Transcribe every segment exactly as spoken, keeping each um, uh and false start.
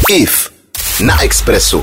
I F na Expressu.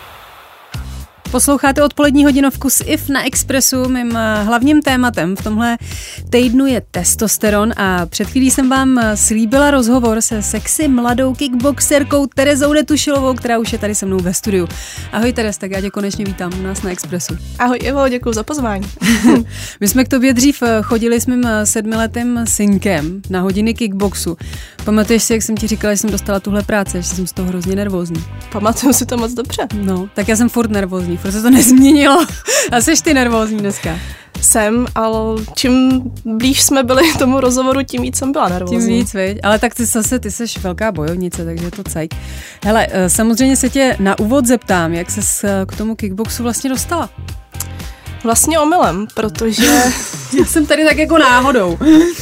Posloucháte odpolední hodinovku s I F na Expressu. Mým hlavním tématem v tomhle týdnu je testosteron a před chvílí jsem vám slíbila rozhovor se sexy mladou kickboxerkou Terezou Netušilovou, která už je tady se mnou ve studiu. Ahoj Terez, tak já tě konečně vítám u nás na Expressu. Ahoj Ivo, děkuji za pozvání. My jsme k tobě dřív chodili s mým sedmiletým synkem na hodiny kickboxu. Pamatuješ si, jak jsem ti říkala, že jsem dostala tuhle práci, že jsem z toho hrozně nervózní? Pamatuju si to moc dobře. No, tak já jsem furt nervózní, furt se to nezměnilo. A seš ty nervózní dneska? Jsem, ale čím blíž jsme byli tomu rozhovoru, tím víc jsem byla nervózní. Tím víc, viď? Ale tak ty zase, ty seš velká bojovnice, takže je to cajk. Hele, samozřejmě se tě na úvod zeptám, jak ses k tomu kickboxu vlastně dostala? Vlastně omylem, protože... já jsem tady tak jako náhodou.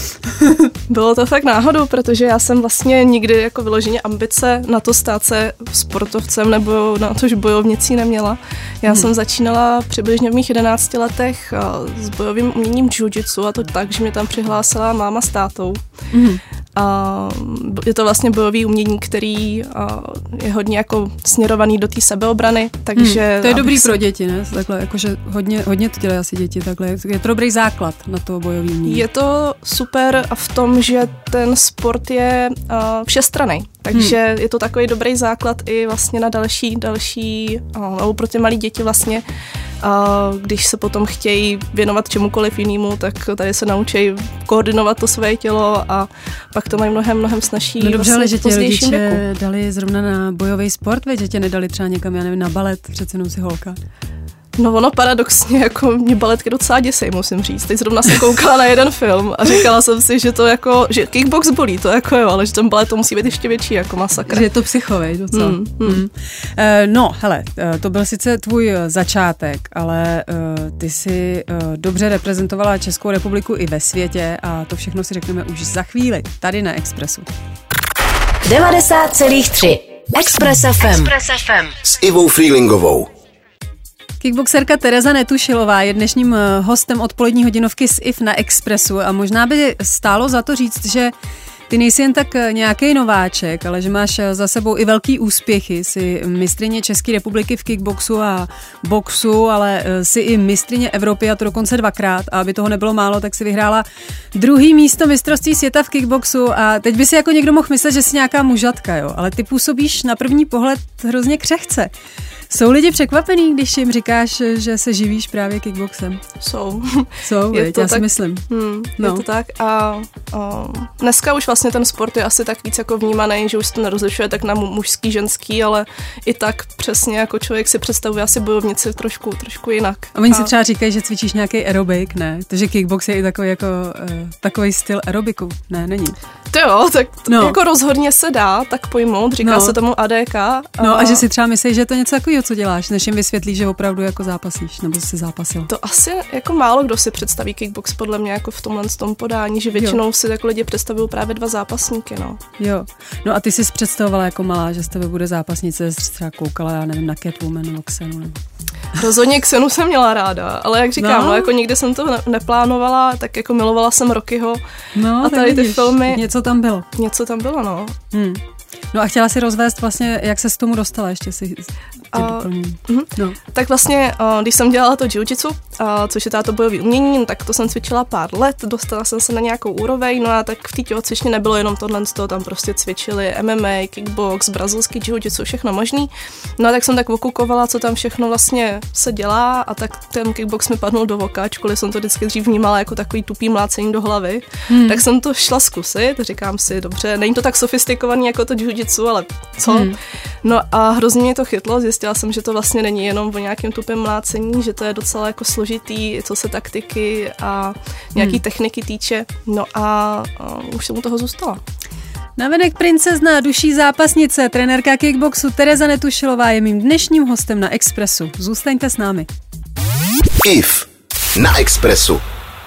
Bylo to fakt náhodou, protože já jsem vlastně nikdy jako vyloženě ambice na to stát se sportovcem nebo na to, že bojovnicí neměla. Já hmm. jsem začínala přibližně v mých jedenácti letech s bojovým uměním jiu-jitsu a to tak, že mě tam přihlásila máma s tátou. Hmm. A je to vlastně bojový umění, který je hodně jako směrovaný do té sebeobrany, takže... Hmm, to je dobrý se... pro děti, ne? Takhle, jakože hodně, hodně to dělají asi děti, takhle. Je to dobrý základ na to bojový umění. Je to super a v tom, že ten sport je uh, všestranný, takže hmm. je to takový dobrý základ i vlastně na další, další, uh, nebo pro ty malé děti vlastně, uh, když se potom chtějí věnovat čemukoliv jinému, tak tady se naučí koordinovat to své tělo a pak to mají mnohem, mnohem snazší. No dobře, vlastně ale že tě rodiče věku. dali zrovna na bojový sport, veď, že tě nedali třeba někam, já nevím, na balet, přece jenom si holka. No ono paradoxně, jako mě baletky docela děsej, musím říct. Teď zrovna jsem koukala na jeden film a říkala jsem si, že to jako, že kickbox bolí, to jako jo, ale že ten balet to musí být ještě větší jako masakr. Že je to psychovej docela. Mm, mm. Mm. Uh, no, hele, uh, to byl sice tvůj začátek, ale uh, ty jsi uh, dobře reprezentovala Českou republiku i ve světě a to všechno si řekneme už za chvíli, tady na Expressu. devadesát celá tři Express F M. Express F M s Ivou Freelingovou. Kickboxerka Tereza Netušilová je dnešním hostem odpolední hodinovky s I F na Expressu a možná by stálo za to říct, že ty nejsi jen tak nějaký nováček, ale že máš za sebou i velký úspěchy. Jsi mistryně České republiky v kickboxu a boxu, ale jsi i mistryně Evropy a to dokonce dvakrát. A aby toho nebylo málo, tak si vyhrála druhý místo mistrovství světa v kickboxu a teď by si jako někdo mohl myslet, že jsi nějaká mužatka, jo. Ale ty působíš na první pohled hrozně křehce. Jsou lidi překvapení, když jim říkáš, že se živíš právě kickboxem? Jsou. Jsou, je to já tak, si myslím. Hmm, no. Je to tak a, a dneska už vlastně ten sport je asi tak víc jako vnímaný, že už se to nerozlišuje tak na mužský, ženský, ale i tak přesně jako člověk si představuje asi bojovnici trošku, trošku jinak. A oni a... si třeba říkají, že cvičíš nějaký aerobik, ne? Takže kickbox je i takový jako uh, takový styl aerobiku, ne, není? To jo, tak no. jako rozhodně se dá tak pojmout, říká no. se tomu A D K. A... No a že si třeba myslíš, že je to něco takového, co děláš, než jim vysvětlíš, že opravdu jako zápasíš, nebo jsi zápasil. To asi jako málo kdo si představí kickbox podle mě jako v tomhle tom podání, že většinou jo. si jako lidi představují právě dva zápasníky, no. Jo. No a ty jsi představovala jako malá, že z tebe bude zápasnice, třeba koukala, já nevím, na Catwoman nebo Xenu, nebo... Rozhodně Xenu jsem měla ráda, ale jak říkám, no, no jako nikdy jsem to ne- neplánovala, tak jako milovala jsem Rockyho no, a tady vidíš, ty filmy. Něco tam bylo. Něco tam bylo, no. Hmm. No a chtěla si rozvést vlastně, jak se s tomu dostala, ještě si tě doplním. Uh, no. Tak vlastně, uh, když jsem dělala to jiu-jitsu, uh, což je táto bojový umění, tak to jsem cvičila pár let, dostala jsem se na nějakou úroveň, no a tak v té tělocvičně nebylo jenom tohle, tam prostě cvičili M M A, kickbox, brazilský jiu-jitsu, všechno možný. No a tak jsem tak okukovala, co tam všechno vlastně se dělá a tak ten kickbox mi padnul do voka, ačkoliv jsem to vždycky dřív vnímala jako takový tupý mlácení do hlavy. Hmm. Tak jsem to šla zkusit, říkám si, dobře, není to tak sofistikovaný jako to jiu-jitsu, ale co? Hmm. No a hrozně mě to chytlo, zjistila jsem, že to vlastně není jenom o nějakém tupém mlácení, že to je docela jako složitý, co se taktiky a nějaký hmm. techniky týče. No a, a už jsem u toho zůstala. Navenek princezna, duší zápasnice, trenérka kickboxu Tereza Netušilová je mým dnešním hostem na Expressu. Zůstaňte s námi. I F na Expressu.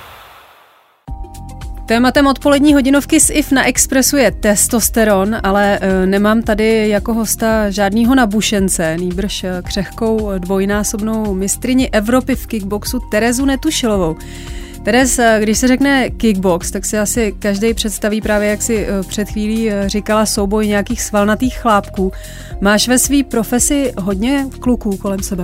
Tématem odpolední hodinovky s I F na Expressu je testosteron, ale e, nemám tady jako hosta žádnýho nabušence, nýbrž křehkou dvojnásobnou mistryni Evropy v kickboxu Terezu Netušilovou. Teres, když se řekne kickbox, tak si asi každý představí právě, jak si před chvílí říkala, souboj nějakých svalnatých chlápků. Máš ve své profesi hodně kluků kolem sebe?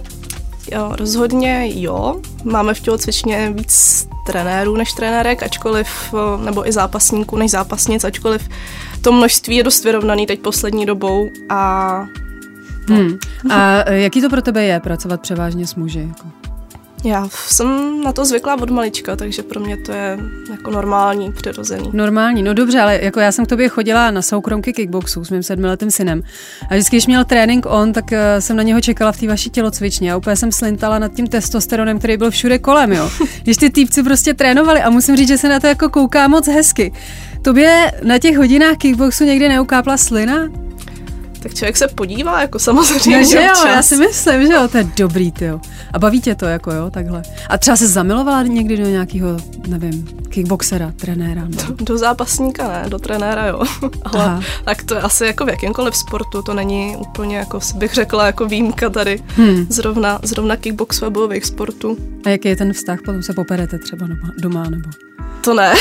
Jo, rozhodně jo. Máme v tělocvičně víc trenérů než trenérek, ačkoliv, nebo i zápasníků než zápasnic, ačkoliv to množství je dost vyrovnaný teď poslední dobou. A, no. hmm. a jaký to pro tebe je pracovat převážně s muži? Jako? Já jsem na to zvyklá od malička, takže pro mě to je jako normální, přirozený. Normální, no dobře, ale jako já jsem k tobě chodila na soukromky kickboxu s mým sedmiletým synem a vždycky, když měl trénink on, tak jsem na něho čekala v té vaší tělocvičně a úplně jsem slintala nad tím testosteronem, který byl všude kolem, jo. Když ty týpci prostě trénovali a musím říct, že se na to jako kouká moc hezky. Tobě na těch hodinách kickboxu někdy neukápla slina? Tak člověk se podívá, jako samozřejmě. No, že jo, já si myslím, že jo, to je dobrý, tyjo. A baví tě to, jako jo, takhle. A třeba se zamilovala někdy do nějakého, nevím, kickboxera, trenéra? Do, do zápasníka ne, do trenéra jo. Ale aha. Tak to je asi jako v jakýmkoliv sportu, to není úplně, jako bych řekla, jako výjimka tady. Hmm. Zrovna, zrovna kickboxu a bojových sportů. A jaký je ten vztah? Potom se poperete třeba doma, doma nebo? To ne.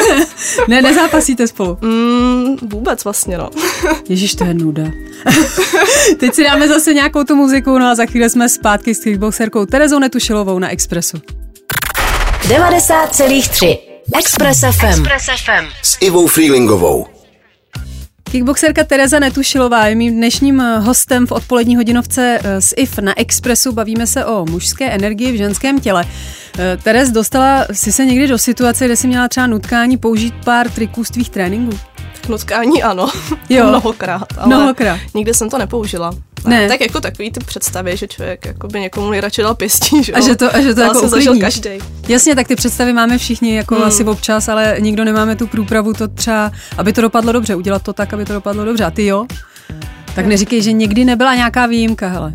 Ne, nezápasíte spolu? Mm, vůbec vlastně, no. Ježíš, to je nuda. Teď si dáme zase nějakou tu muziku, no a za chvíli jsme zpátky s kickboxerkou Terezou Netušilovou na Expressu. devadesát celá tři Express ef em. Express ef em. S Ivou Freelingovou. Kickboxerka Tereza Netušilová je mým dnešním hostem v odpolední hodinovce z I F na Expressu. Bavíme se o mužské energii v ženském těle. Terez, dostala jsi se někdy do situace, kde jsi měla třeba nutkání použít pár triků z tvých tréninků? Tak nutkání ano, jo. Mnohokrát, ale Mnohokrát. Nikdy jsem to nepoužila. Ne. Tak jako takový ty představy, že člověk jako by někomu nejradši dal pěstí, že jo? A že to, a že to jako zažil každej. Jasně, tak ty představy máme všichni jako hmm. asi občas, ale nikdo nemáme tu průpravu to třeba, aby to dopadlo dobře, udělat to tak, aby to dopadlo dobře. A ty jo? Tak neříkej, že někdy nebyla nějaká výjimka, hele.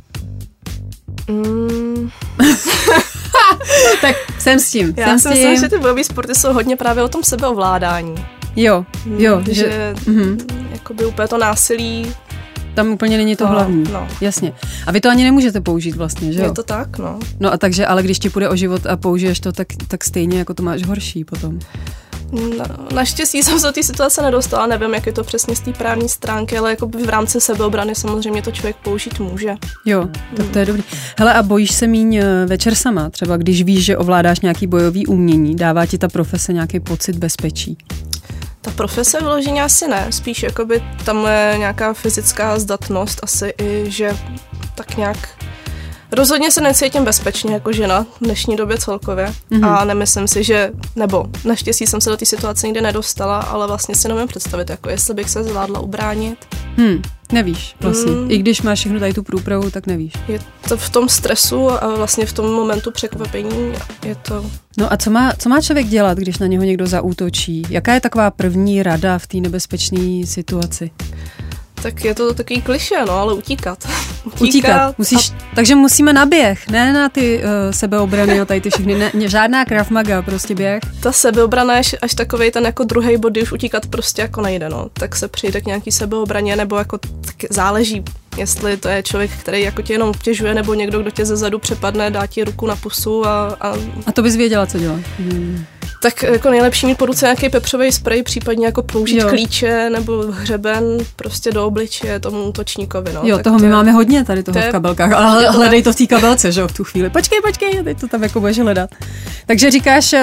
Mm. Tak jsem s tím. Já jsem si s tím. myslím, že ty bojové sporty jsou hodně právě o tom sebeovládání. Jo, jo. Mm, že, že mm-hmm. jakoby úplně to násilí tam úplně není to no, hlavní. No. Jasně. A vy to ani nemůžete použít vlastně, že jo? Je to tak, no. No a takže, ale když ti půjde o život a použiješ to, tak, tak stejně jako to máš horší potom. Na, naštěstí jsem se do té situace nedostala, nevím, jak je to přesně z té právní stránky, ale jako v rámci sebeobrany samozřejmě to člověk použít může. Jo, tak to je dobrý. Hele, a bojíš se míň večer sama? Třeba když víš, že ovládáš nějaký bojový umění, dává ti ta profese nějaký pocit bezpečí? Ta profese vyloženě asi ne, spíš jakoby tam je nějaká fyzická zdatnost asi i, že tak nějak rozhodně se necítím bezpečně jako žena v dnešní době celkově mm-hmm. a nemyslím si, že, nebo naštěstí jsem se do té situace nikdy nedostala, ale vlastně si nemůžu představit, jako jestli bych se zvládla ubránit. Hmm, nevíš vlastně. Mm. I když máš všechno tady tu průpravu, tak nevíš. Je to v tom stresu a vlastně v tom momentu překvapení je to... No a co má, co má člověk dělat, když na něho někdo zaútočí? Jaká je taková první rada v té nebezpečné situaci? Tak je to takový klišé, no, ale utíkat. Utíkat. utíkat. Musíš, a... Takže musíme na běh, ne na ty uh, sebeobrany a tady ty všechny, ne, ne, žádná Krav Maga, prostě běh. Ta sebeobrana je až takovej ten jako druhej bod, kdy už utíkat prostě jako nejde, no. Tak se přijde k nějaký sebeobraně, nebo jako záleží, jestli to je člověk, který jako tě jenom obtěžuje, nebo někdo, kdo tě zezadu přepadne, dá ti ruku na pusu a... A, a to bys věděla, co dělat. Hmm. Tak jako nejlepší mít po ruce nějaký pepřový sprej, případně jako použít jo. klíče nebo hřeben prostě do obličeje tomu útočníkovi. No. Jo, tak toho to my je, máme hodně tady toho to je, v kabelkách, ale hledej to v té kabelce, že jo, v tu chvíli. Počkej, počkej, teď to tam jako budeš hledat. Takže říkáš, uh,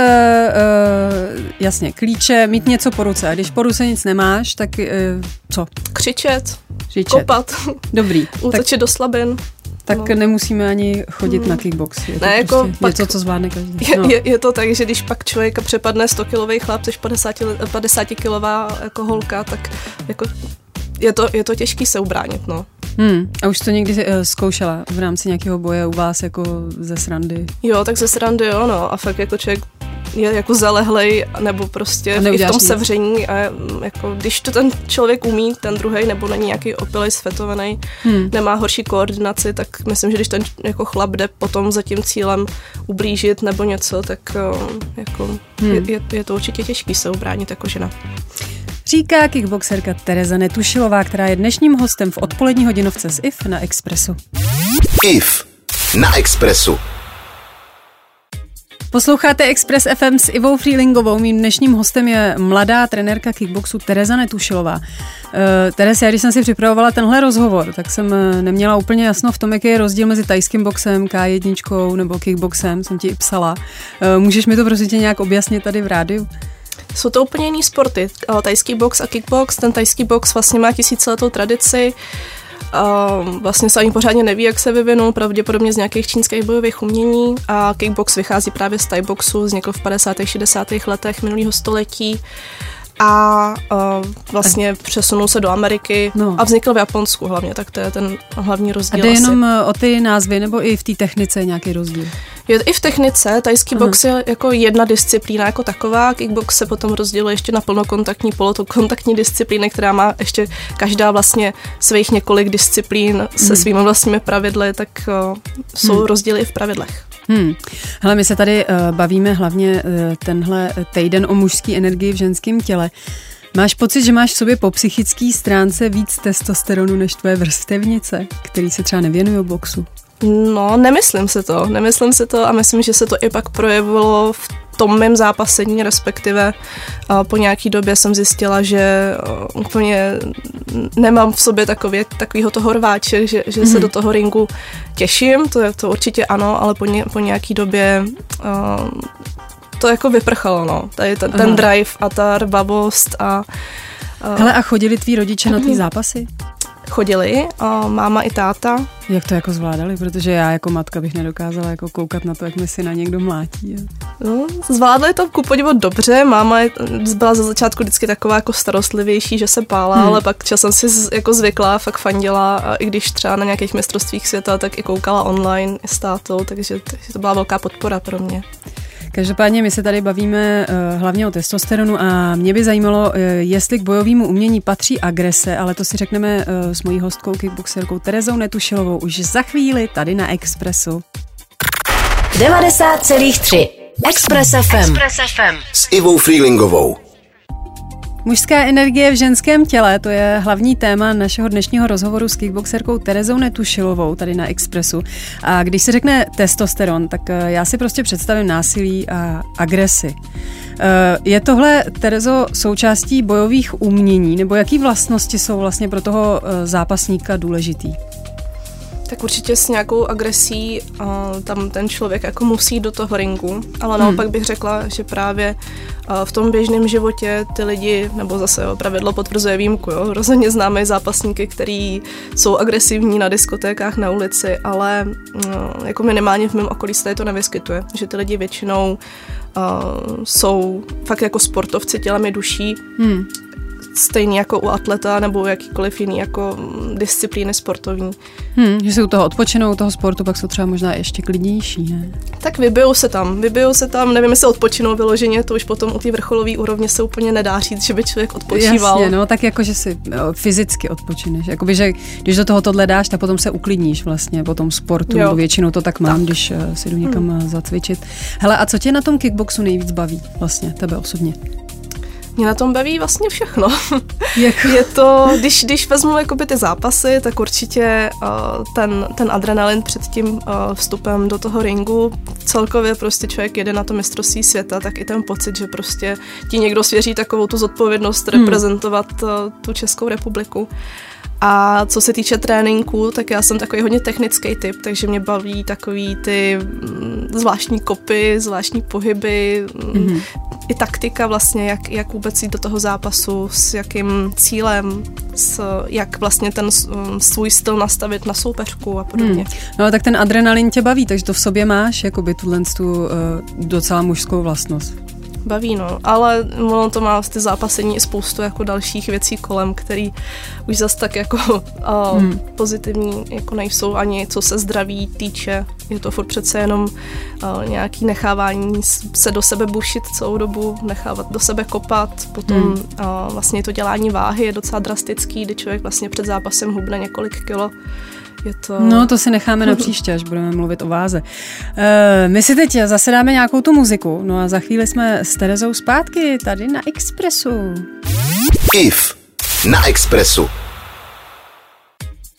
uh, jasně, klíče, mít něco po ruce. A když po ruce nic nemáš, tak uh, co? Křičet, Křičet. kopat, dobrý. útočit tak... do slabin. Tak no. nemusíme ani chodit hmm. na kickbox. Je to ne, prostě jako něco, co zvládne každý. Je, no. je, je to tak, že když pak člověka přepadne sto kilový chlap, což padesát kilová jako holka, tak jako je to, je to těžký se ubránit, no. Hmm. A už to někdy uh, zkoušela v rámci nějakého boje u vás jako ze srandy? Jo, tak ze srandy jo, no. A fakt jako člověk je jako zalehlej, nebo prostě i v tom nic. sevření a jako když to ten člověk umí, ten druhej, nebo není nějaký opilej, svetovaný, hmm. nemá horší koordinaci, tak myslím, že když ten jako chlap jde potom za tím cílem ublížit nebo něco, tak jako hmm. je, je, je to určitě těžký se ubránit jako žena. Říká kickboxerka Tereza Netušilová, která je dnešním hostem v odpolední hodinovce z I F na Expressu. I F na Expressu. Posloucháte Express ef em s Ivou Freelingovou. Mým dnešním hostem je mladá trenérka kickboxu Tereza Netušilová. Uh, Teres, já když jsem si připravovala tenhle rozhovor, tak jsem neměla úplně jasno v tom, jaký je rozdíl mezi tajským boxem, ká jedna nebo kickboxem, jsem ti i psala. Uh, můžeš mi to prosím tě nějak objasnit tady v rádiu? Jsou to úplně jiný sporty. Tajský box a kickbox. Ten tajský box vlastně má tisíciletou tradici. Uh, vlastně se ani pořádně neví, jak se vyvinul, pravděpodobně z nějakých čínských bojových umění, a kickbox vychází právě z thaiboxu, vznikl v padesátých šedesátých letech minulého století a uh, vlastně přesunul se do Ameriky no. a vznikl v Japonsku hlavně, tak to je ten hlavní rozdíl. A jde asi. jenom o ty názvy, nebo i v té technice je nějaký rozdíl? Je i v technice, tajský Aha. box je jako jedna disciplína jako taková, kickbox se potom rozděluje ještě na plnokontaktní, polokontaktní disciplíny, která má ještě každá vlastně svých několik disciplín hmm. se svými vlastními pravidly, tak uh, jsou hmm. rozdíly i v pravidlech. Hmm. Hele, my se tady uh, bavíme hlavně uh, tenhle týden o mužské energii v ženském těle. Máš pocit, že máš v sobě po psychické stránce víc testosteronu než tvoje vrstevnice, který se třeba nevěnují boxu? No, nemyslím si to, nemyslím si to a myslím, že se to i pak projevilo v tom mém zápasení, respektive po nějaký době jsem zjistila, že úplně nemám v sobě takový, takovýho toho rváče, že, že se mm. do toho ringu těším, to je to určitě ano, ale po, ně, po nějaký době uh, to jako vyprchalo, no, tady ten, ten drive a ta rvavost a... Uh, Hele, a chodili tví rodiče na tvý zápasy? Chodili, a máma i táta. Jak to jako zvládali? Protože já jako matka bych nedokázala jako koukat na to, jak mi si na někdo mlátí. No, zvládli to ku podivu dobře. Máma byla za začátku vždycky taková jako starostlivější, že se bála, hmm. ale pak časem si jako zvykla, fakt fandila a i když třeba na nějakých mistrovstvích světa, tak i koukala online s tátou, takže to byla velká podpora pro mě. Každopádně my se tady bavíme uh, hlavně o testosteronu a mě by zajímalo, uh, jestli k bojovému umění patří agrese, ale to si řekneme uh, s mojí hostkou, kickboxerkou Terezou Netušilovou už za chvíli tady na Expressu. devadesát celá tři Express ef em. Express ef em s Ivou Freelingovou. Mužská energie v ženském těle, to je hlavní téma našeho dnešního rozhovoru s kickboxerkou Terezou Netušilovou tady na Expressu. A když se řekne testosteron, tak já si prostě představím násilí a agresi. Je tohle, Terezo, součástí bojových umění, nebo jaký vlastnosti jsou vlastně pro toho zápasníka důležitý? Tak určitě s nějakou agresí uh, tam ten člověk jako musí do toho ringu, ale naopak hmm. bych řekla, že právě uh, v tom běžném životě ty lidi, nebo zase jo, pravidlo potvrzuje výjimku, jo, rozhodně známe zápasníky, který jsou agresivní na diskotékách, na ulici, ale uh, jako minimálně v mém okolí se to nevyskytuje, že ty lidi většinou uh, jsou fakt jako sportovci tělem i duší, hmm. stejně jako u atleta nebo jakýkoliv jiný jako disciplíny sportovní. Hmm, že si u toho odpočinou, u toho sportu, pak jsou třeba možná ještě klidnější, ne? Tak vybijou se tam, vybijou se tam, nevím, jestli odpočinou vyloženě, to už potom u té vrcholové úrovně se úplně nedá říct, že by člověk odpočíval. Jasně, no, tak jako, že si jo, fyzicky odpočineš. Jakoby, že když do toho tohle dáš, tak potom se uklidníš vlastně po tom sportu, jo. Nebo většinou to tak mám, tak. Když uh, si jdu někam hmm. zacvičit. Hele, a co tě na tom kickboxu nejvíc baví vlastně, tebe osobně? Mě na tom baví vlastně všechno. Jako? Je to, když, když vezmu jakoby ty zápasy, tak určitě uh, ten, ten adrenalin před tím uh, vstupem do toho ringu, celkově prostě člověk jede na to mistrovství světa, tak i ten pocit, že prostě ti někdo svěří takovou tu zodpovědnost hmm. reprezentovat uh, tu Českou republiku. A co se týče tréninku, tak já jsem takový hodně technický typ, takže mě baví takový ty mm, zvláštní kopy, zvláštní pohyby, mm-hmm. i taktika vlastně, jak, jak vůbec jít do toho zápasu, s jakým cílem, s, jak vlastně ten svůj styl nastavit na soupeřku a podobně. Hmm. No tak ten adrenalin tě baví, takže to v sobě máš, jakoby tuhle tu uh, docela mužskou vlastnost. Baví, no, ale ono to má ty zápasení i spoustu jako dalších věcí kolem, který už zas tak jako uh, hmm. pozitivní jako nejsou ani co se zdraví týče. Je to furt přece jenom uh, nějaký nechávání se do sebe bušit celou dobu, nechávat do sebe kopat, potom hmm. uh, vlastně to dělání váhy je docela drastický, kdy člověk vlastně před zápasem hubne několik kilo. Je to... No, to si necháme na příště, až budeme mluvit o váze. E, my si teď zase dáme nějakou tu muziku, no a za chvíli jsme s Terezou zpátky tady na Expressu. I F na Expressu.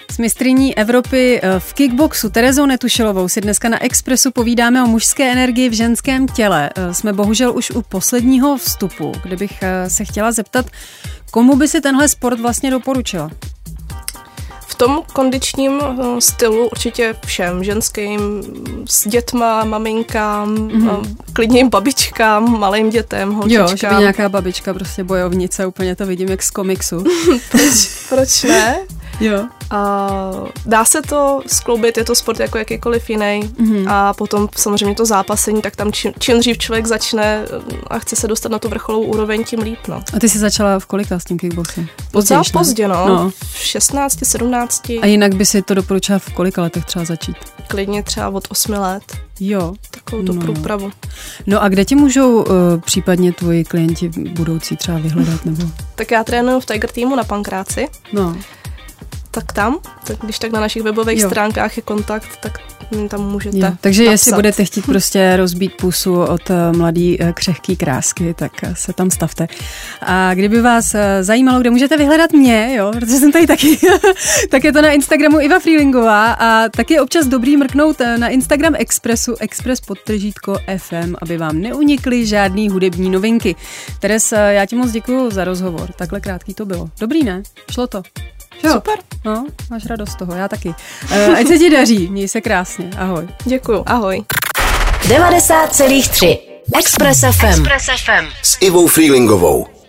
S mistryní Evropy v kickboxu Terezou Netušilovou si dneska na Expressu povídáme o mužské energii v ženském těle. Jsme bohužel už u posledního vstupu, kde bych se chtěla zeptat, komu by si tenhle sport vlastně doporučila? V tom kondičním stylu určitě všem, ženským, s dětma, maminkám, mm-hmm. klidně babičkám, malým dětem, holčičkám. Jo, že by nějaká babička, prostě bojovnice, úplně to vidím jak z komiksu. proč, proč ne? Jo. A dá se to skloubit, je to sport jako jakýkoliv jiný. Mm-hmm. A potom samozřejmě to zápasení, tak tam čím, čím dřív člověk začne a chce se dostat na tu vrcholovou úroveň, tím líp. No. A ty jsi začala v kolika s tím kickboxem? Docela pozdě, no. no. V šestnácti, sedmnácti. A jinak by si to doporučila v kolika letech třeba začít? Klidně třeba od osmi let. Jo. Takovou tu no. průpravu. No a kde ti můžou uh, případně tvoji klienti budoucí třeba vyhledat? Nebo? Tak já trénuju v Tiger týmu na Pankráci. No. Tak tam, tak když tak na našich webových jo. stránkách je kontakt, tak tam můžete jo. Takže napsat. Jestli budete chtít prostě rozbít pusu od mladý křehký krásky, tak se tam stavte. A kdyby vás zajímalo, kde můžete vyhledat mě, jo, protože jsem tady taky, tak je to na Instagramu Iva Frýlingová a taky je občas dobrý mrknout na Instagram Expressu, Express podtržítko F M, aby vám neunikly žádný hudební novinky. Teres, já ti moc děkuju za rozhovor, takhle krátký to bylo. Dobrý, ne? Šlo to? Jo. Super. No, máš radost z toho, já taky. Uh, ať se ti daří, měj se krásně, ahoj. Děkuju, ahoj. devadesát celá tři Express F M. Express F M s Ivou Frýlingovou.